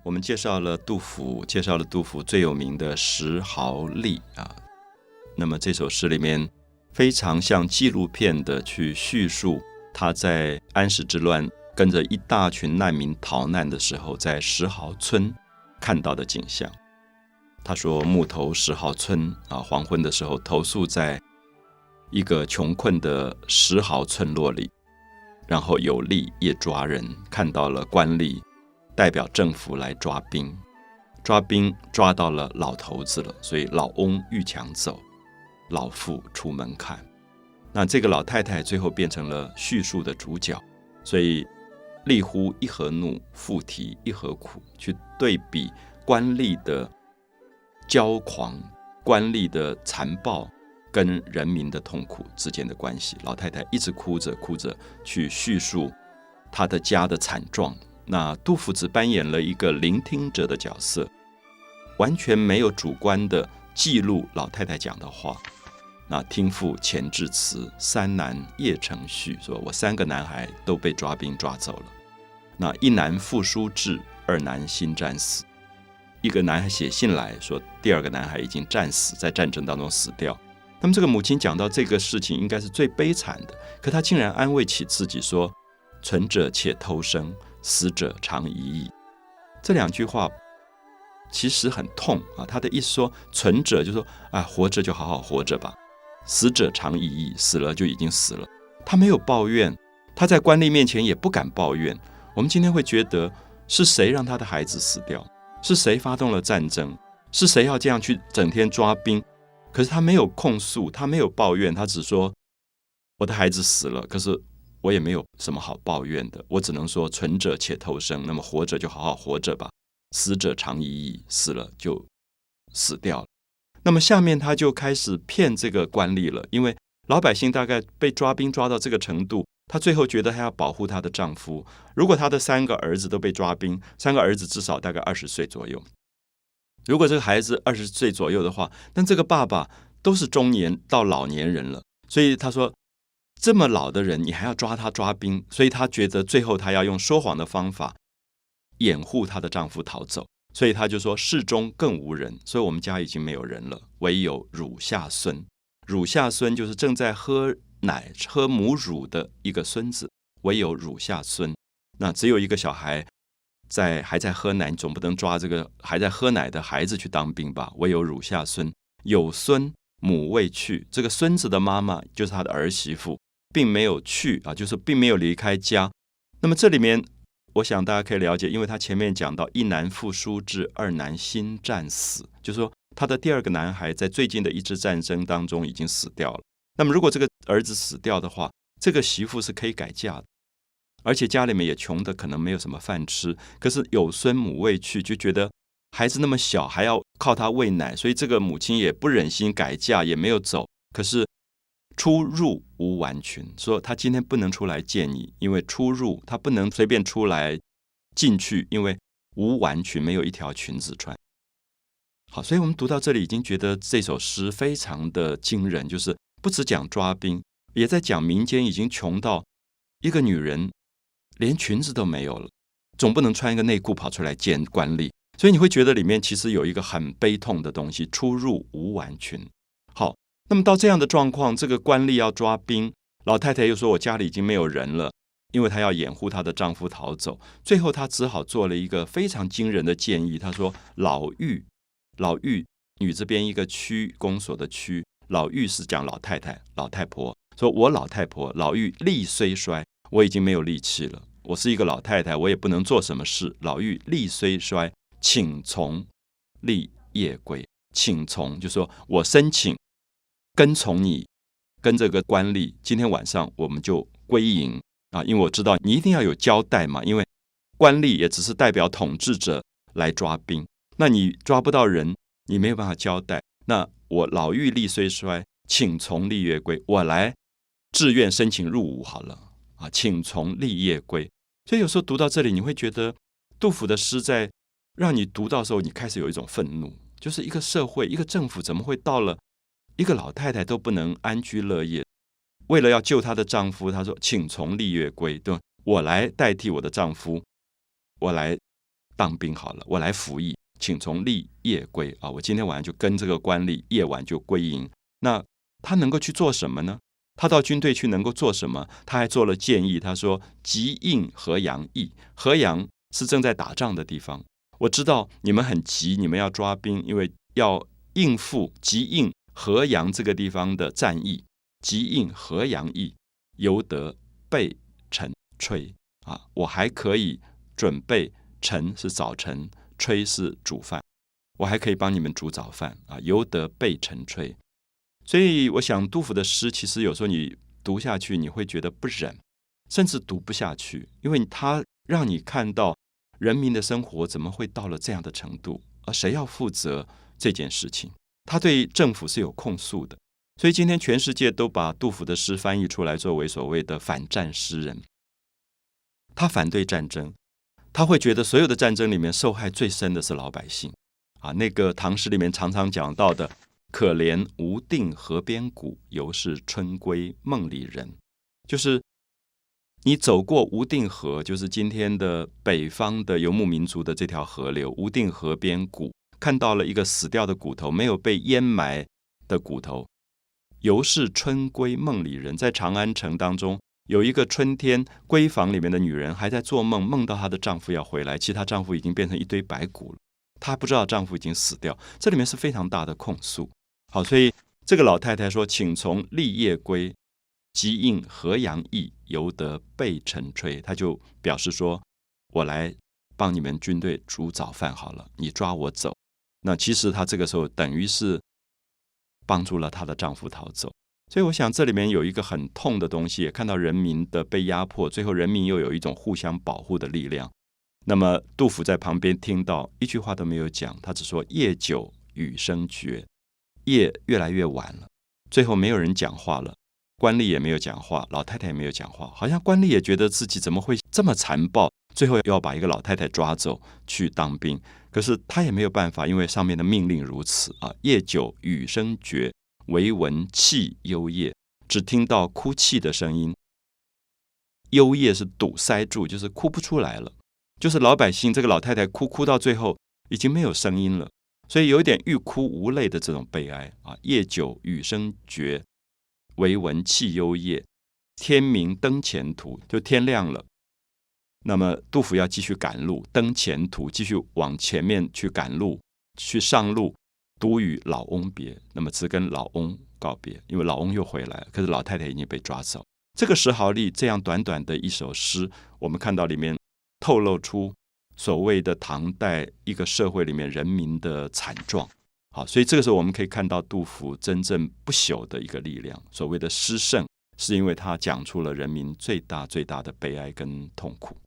我们介绍了杜甫最有名的《石壕吏》啊。那么这首诗里面非常像纪录片的去叙述他在安史之乱跟着一大群难民逃难的时候，在石壕村看到的景象。他说木头石壕村啊，黄昏的时候投宿在一个穷困的石壕村落里，然后有吏夜抓人，看到了官吏代表政府来抓兵，抓到了老头子了，所以老翁欲抢走，老妇出门看。那这个老太太最后变成了叙述的主角，所以吏呼一何怒，妇啼一何苦，去对比官吏的骄狂、官吏的残暴跟人民的痛苦之间的关系。老太太一直哭着去叙述她的家的惨状。那杜甫只扮演了一个聆听者的角色，完全没有主观的记录老太太讲的话。那听父前致辞，三男夜成序，说我3个男孩都被抓兵抓走了。那一男复书至，二男心战死。一个男孩写信来说，第2个男孩已经战死，在战争当中死掉。那么这个母亲讲到这个事情应该是最悲惨的，可她竟然安慰起自己说，存者且偷生，死者长已矣。这2句话其实很痛啊。他的意思说，存者就说活着就好好活着吧，死者长已矣，死了就已经死了。他没有抱怨，他在官吏面前也不敢抱怨。我们今天会觉得是谁让他的孩子死掉，是谁发动了战争，是谁要这样去整天抓兵。可是他没有控诉，他没有抱怨，他只说我的孩子死了，可是我也没有什么好抱怨的，我只能说存者且偷生，那么活着就好好活着吧，死者长已矣，死了就死掉了。那么下面他就开始骗这个官吏了，因为老百姓大概被抓兵抓到这个程度，他最后觉得他要保护他的丈夫。如果他的3个儿子都被抓兵，3个儿子至少大概20岁左右，如果这个孩子20岁左右的话，那这个爸爸都是中年到老年人了。所以他说这么老的人你还要抓他抓兵，所以他觉得最后他要用说谎的方法掩护她的丈夫逃走。所以他就说室中更无人，所以我们家已经没有人了，唯有乳下孙。乳下孙就是正在喝奶喝母乳的一个孙子，唯有乳下孙。那只有一个小孩还在喝奶，你总不能抓这个还在喝奶的孩子去当兵吧，唯有乳下孙。有孙母未去，这个孙子的妈妈就是他的儿媳妇，并没有去就是并没有离开家。那么这里面我想大家可以了解，因为他前面讲到一男复书至，二男心战死，就是说他的第2个男孩在最近的一支战争当中已经死掉了。那么如果这个儿子死掉的话，这个媳妇是可以改嫁的，而且家里面也穷的可能没有什么饭吃。可是有孙母未去，就觉得孩子那么小还要靠他喂奶，所以这个母亲也不忍心改嫁，也没有走。可是出入无完裙，说他今天不能出来见你，因为出入他不能随便出来进去，因为无完裙，没有一条裙子穿。好，所以我们读到这里已经觉得这首诗非常的惊人，就是不只讲抓兵，也在讲民间已经穷到一个女人连裙子都没有了，总不能穿一个内裤跑出来见官吏。所以你会觉得里面其实有一个很悲痛的东西，出入无完裙。好，那么到这样的状况，这个官吏要抓兵，老太太又说我家里已经没有人了，因为她要掩护她的丈夫逃走。最后她只好做了一个非常惊人的建议，她说老妪女这边一个区，公所的区，老妪是讲老太太老太婆，说我老太婆老妪力虽衰，我已经没有力气了，我是一个老太太，我也不能做什么事，老妪力虽衰，请从吏夜归。请从就是说我申请跟从你，跟这个官吏，今天晚上我们就归营因为我知道你一定要有交代嘛，因为官吏也只是代表统治者来抓兵，那你抓不到人，你没有办法交代。那我老妪力虽衰，请从吏夜归，我来自愿申请入伍好了请从吏夜归。所以有时候读到这里，你会觉得杜甫的诗在让你读到的时候，你开始有一种愤怒，就是一个社会一个政府怎么会到了一个老太太都不能安居乐业，为了要救她的丈夫，她说请从吏夜归，对吧？我来代替我的丈夫，我来当兵好了，我来服役，请从立夜归啊！我今天晚上就跟这个官吏，夜晚就归营。那他能够去做什么呢？他到军队去能够做什么？他还做了建议，他说：急应河阳役。河阳是正在打仗的地方，我知道你们很急，你们要抓兵，因为要应付急应河阳这个地方的战役。急应河阳役，犹得备晨炊啊！我还可以准备，晨是早晨，炊是煮饭，我还可以帮你们煮早饭啊！犹得备晨炊。所以我想杜甫的诗其实有时候你读下去你会觉得不忍，甚至读不下去，因为他让你看到人民的生活怎么会到了这样的程度，而谁要负责这件事情？他对政府是有控诉的。所以今天全世界都把杜甫的诗翻译出来作为所谓的反战诗人。他反对战争，他会觉得所有的战争里面受害最深的是老百姓啊。那个唐诗里面常常讲到的可怜无定河边骨，犹是春归梦里人，就是你走过无定河，就是今天的北方的游牧民族的这条河流，无定河边骨，看到了一个死掉的骨头，没有被淹埋的骨头，犹是春归梦里人。在长安城当中有一个春天闺房里面的女人还在做梦，梦到她的丈夫要回来，其实她丈夫已经变成一堆白骨了，她不知道丈夫已经死掉。这里面是非常大的控诉。好，所以这个老太太说：请从立夜归，急应河阳役，犹得备晨炊。她就表示说：我来帮你们军队煮早饭好了，你抓我走。那其实她这个时候等于是帮助了她的丈夫逃走。所以我想这里面有一个很痛的东西，也看到人民的被压迫，最后人民又有一种互相保护的力量。那么杜甫在旁边听到，一句话都没有讲，他只说夜久雨声绝。夜越来越晚了，最后没有人讲话了，官吏也没有讲话，老太太也没有讲话，好像官吏也觉得自己怎么会这么残暴，最后要把一个老太太抓走去当兵。可是他也没有办法，因为上面的命令如此啊。夜久雨声绝，惟闻泣幽咽，只听到哭泣的声音。幽咽是堵塞住，就是哭不出来了，就是老百姓这个老太太哭到最后已经没有声音了，所以有一点欲哭无泪的这种悲哀啊。夜久雨声绝，惟闻泣幽咽，天明登前途，就天亮了。那么杜甫要继续赶路，登前途，继续往前面去赶路，去上路，独与老翁别。那么只跟老翁告别，因为老翁又回来了，可是老太太已经被抓走。这个石壕吏这样短短的一首诗，我们看到里面透露出所谓的唐代一个社会里面人民的惨状。好，所以这个时候我们可以看到杜甫真正不朽的一个力量。所谓的诗圣，是因为他讲出了人民最大最大的悲哀跟痛苦。